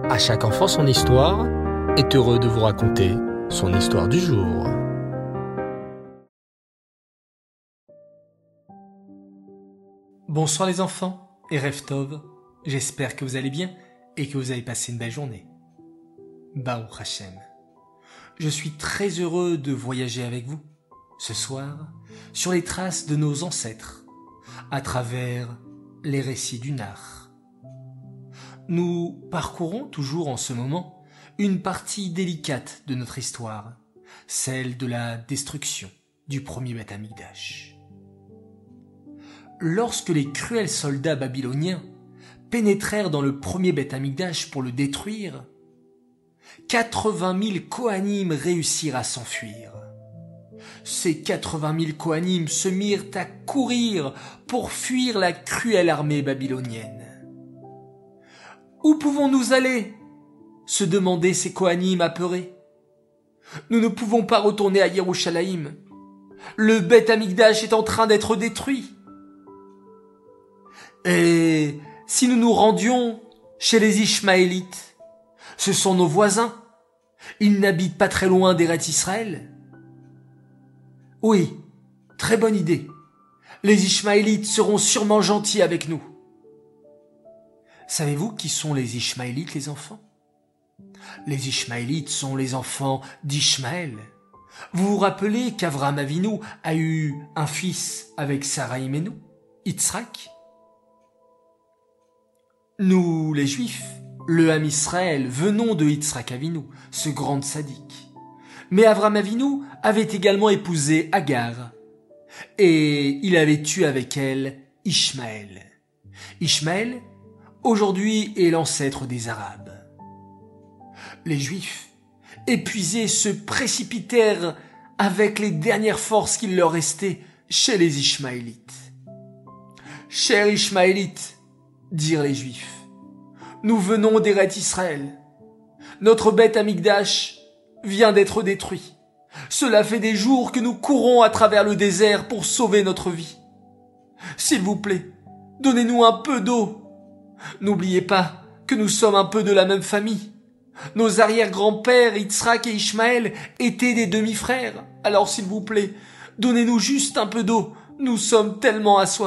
À chaque enfant son histoire est heureux de vous raconter son histoire du jour. Bonsoir les enfants et Erev Tov, j'espère que vous allez bien et que vous avez passé une belle journée. Baruch Hashem. Je suis très heureux de voyager avec vous, ce soir, sur les traces de nos ancêtres, à travers les récits du Nar. Nous parcourons toujours en ce moment une partie délicate de notre histoire, celle de la destruction du premier Beth Amikdash. Lorsque les cruels soldats babyloniens pénétrèrent dans le premier Beth Amikdash pour le détruire, 80 000 Kohanim réussirent à s'enfuir. Ces 80 000 Kohanim se mirent à courir pour fuir la cruelle armée babylonienne. « Où pouvons-nous aller ?» se demandaient ces Kohanim apeurés. « Nous ne pouvons pas retourner à Yerushalayim. Le Beth Amikdash est en train d'être détruit. » Et si nous nous rendions chez les Ishmaélites, ce sont nos voisins. Ils n'habitent pas très loin d'Eretz Israël. Oui, très bonne idée. Les Ishmaélites seront sûrement gentils avec nous. Savez-vous qui sont les Ishmaélites, les enfants? Les Ishmaélites sont les enfants d'Ishmaël. Vous vous rappelez qu'Avraham Avinu a eu un fils avec Sarah Imenu, Yitzhak? Nous, les Juifs, le Ham Israël, venons de Yitzhak Avinu, ce grand tzaddik. Mais Avraham Avinu avait également épousé Agar, et il avait eu avec elle Ishmaël. Ishmaël, aujourd'hui, est l'ancêtre des Arabes. Les Juifs, épuisés, se précipitèrent avec les dernières forces qu'il leur restait chez les Ishmaélites. « Chers Ishmaélites, dirent les Juifs, nous venons d'Eretz Israël. Notre Beth Amikdash vient d'être détruit. Cela fait des jours que nous courons à travers le désert pour sauver notre vie. S'il vous plaît, donnez-nous un peu d'eau. N'oubliez pas que nous sommes un peu de la même famille. Nos arrière-grands-pères, Yitzhak et Ishmaël, étaient des demi-frères. Alors s'il vous plaît, donnez-nous juste un peu d'eau. Nous sommes tellement assoiffés. »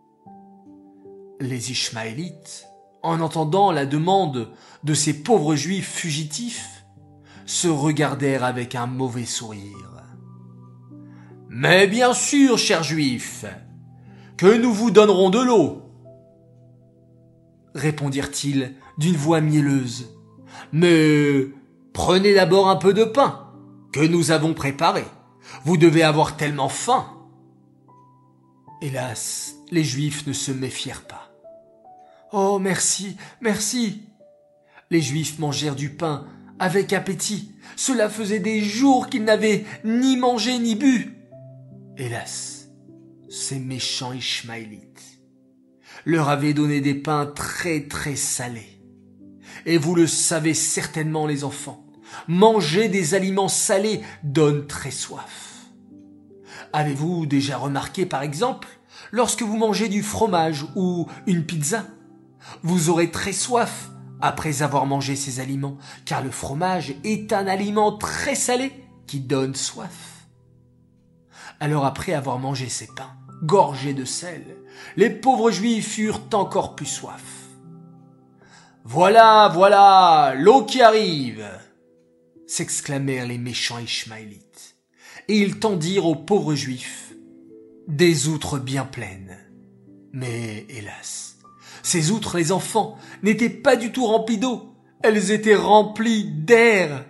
Les Ishmaélites, en entendant la demande de ces pauvres Juifs fugitifs, se regardèrent avec un mauvais sourire. « Mais bien sûr, chers Juifs, que nous vous donnerons de l'eau, » répondirent-ils d'une voix mielleuse. « Mais prenez d'abord un peu de pain que nous avons préparé. Vous devez avoir tellement faim. » Hélas, les Juifs ne se méfièrent pas. « Oh, merci, merci !» Les Juifs mangèrent du pain avec appétit. Cela faisait des jours qu'ils n'avaient ni mangé ni bu. Hélas, ces méchants Ishmaélites leur avaient donné des pains très très salés. Et vous le savez certainement les enfants, manger des aliments salés donne très soif. Avez-vous déjà remarqué par exemple, lorsque vous mangez du fromage ou une pizza, vous aurez très soif après avoir mangé ces aliments, car le fromage est un aliment très salé qui donne soif. Alors après avoir mangé ces pains, gorgés de sel, les pauvres Juifs eurent encore plus soif. « Voilà, voilà, l'eau qui arrive !» s'exclamèrent les méchants Ishmaélites, et ils tendirent aux pauvres Juifs des outres bien pleines. Mais hélas, ces outres, les enfants, n'étaient pas du tout remplies d'eau, elles étaient remplies d'air.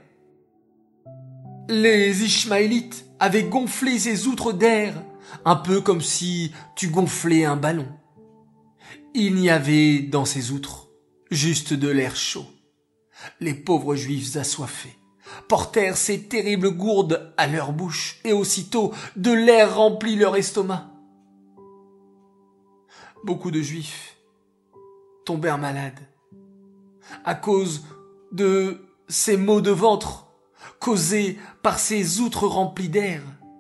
Les Ishmaélites avaient gonflé ces outres d'air, un peu comme si tu gonflais un ballon. Il n'y avait dans ces outres juste de l'air chaud. Les pauvres Juifs assoiffés portèrent ces terribles gourdes à leur bouche, et aussitôt de l'air remplit leur estomac. Beaucoup de Juifs tombèrent malades à cause de ces maux de ventre causés par ces outres remplies d'air.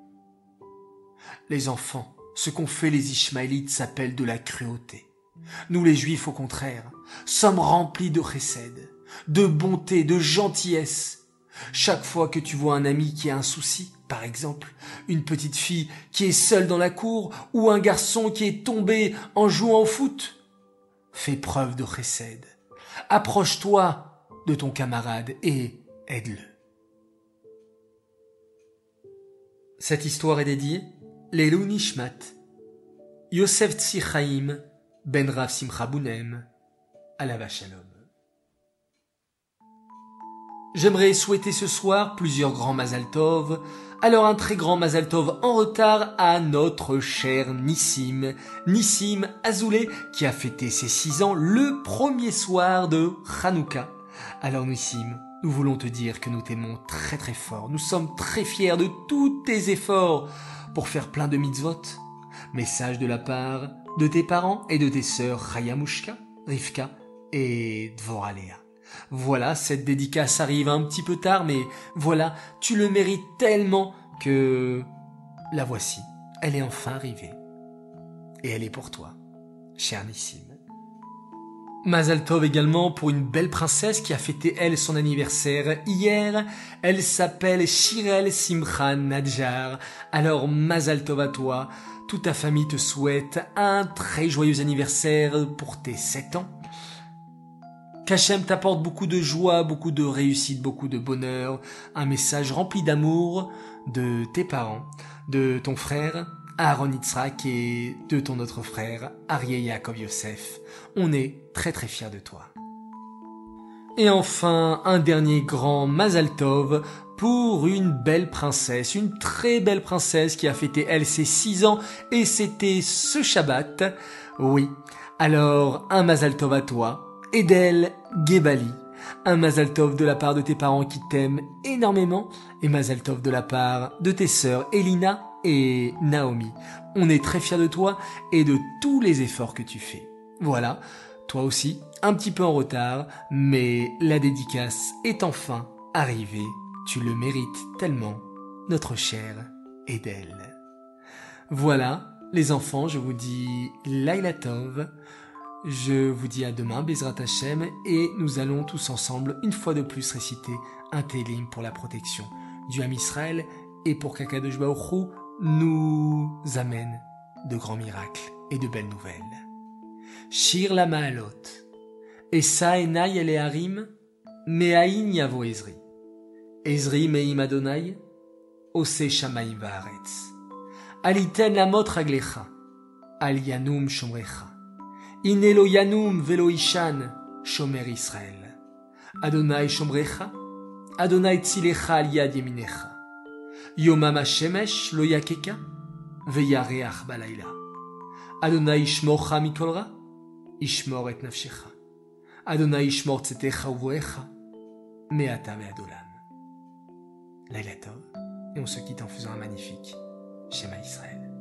Les enfants, ce qu'ont fait les Ishmaélites s'appelle de la cruauté. Nous les Juifs, au contraire, sommes remplis de chesed. de bonté, de gentillesse. Chaque fois que tu vois un ami qui a un souci, par exemple, une petite fille qui est seule dans la cour ou un garçon qui est tombé en jouant au foot, fais preuve de chesed. Approche-toi de ton camarade et aide-le. Cette histoire est dédiée Leilou Nishmat, Yosef Tzvi Chaim, ben Rav Simcha Bounem, Alav Shalom. J'aimerais souhaiter ce soir plusieurs grands Mazal Tov. Alors un très grand Mazal Tov en retard à notre cher Nissim Azoulay, qui a fêté ses 6 ans le premier soir de Hanouka. Alors Nissim, nous voulons te dire que nous t'aimons très très fort. Nous sommes très fiers de tous tes efforts pour faire plein de mitzvot. Message de la part de tes parents et de tes sœurs Chayamushka, Rivka et Dvorah Léa. Voilà, cette dédicace arrive un petit peu tard, mais voilà, tu le mérites tellement que la voici. Elle est enfin arrivée. Et elle est pour toi, cher Nissim. Mazal Tov également pour une belle princesse qui a fêté, elle, son anniversaire hier. Elle s'appelle Shirel Simcha Nadjar. Alors, Mazal Tov à toi. Toute ta famille te souhaite un très joyeux anniversaire pour tes 7 ans. Qu'Hachem t'apporte beaucoup de joie, beaucoup de réussite, beaucoup de bonheur, un message rempli d'amour de tes parents, de ton frère Aaron Yitzhak et de ton autre frère Aryeh Yaakov Yosef. On est très très fiers de toi. Et enfin, un dernier grand Mazal Tov pour une belle princesse, une très belle princesse qui a fêté elle ses 6 ans et c'était ce Shabbat. Oui, alors un Mazal Tov à toi. Edel Gebali, un Mazal Tov de la part de tes parents qui t'aiment énormément et Mazal Tov de la part de tes sœurs Elina et Naomi. On est très fiers de toi et de tous les efforts que tu fais. Voilà, toi aussi, un petit peu en retard, mais la dédicace est enfin arrivée. Tu le mérites tellement, notre cher Edel. Voilà, les enfants, je vous dis Laila Tov. Je vous dis à demain, Bezrat Hashem, et nous allons tous ensemble, une fois de plus, réciter un Télim pour la protection du Ham Israël et pour qu'Akadosh Baruch Hu nous amène de grands miracles et de belles nouvelles. Shir la Ma'alot, Esa enai ele harim, me'ain yavo Ezri. Ezri me'im Adonai, ose shamayim va'aretz. Aliten lamot raglecha, al yanum shomrecha. In lo yanum velo ishan, shomer Israël. Adonai shomrecha, Adonai tzilecha al yad yeminecha. Yomam hashemesh lo yakeka, veyareach balayla. Adonai ishmorcha mikol ra, ishmor et nafshecha. Adonai ishmor tzetecha uvoecha, me'ata ve'adolam. Laila Tov, et on se quitte en faisant un magnifique Shema Israël.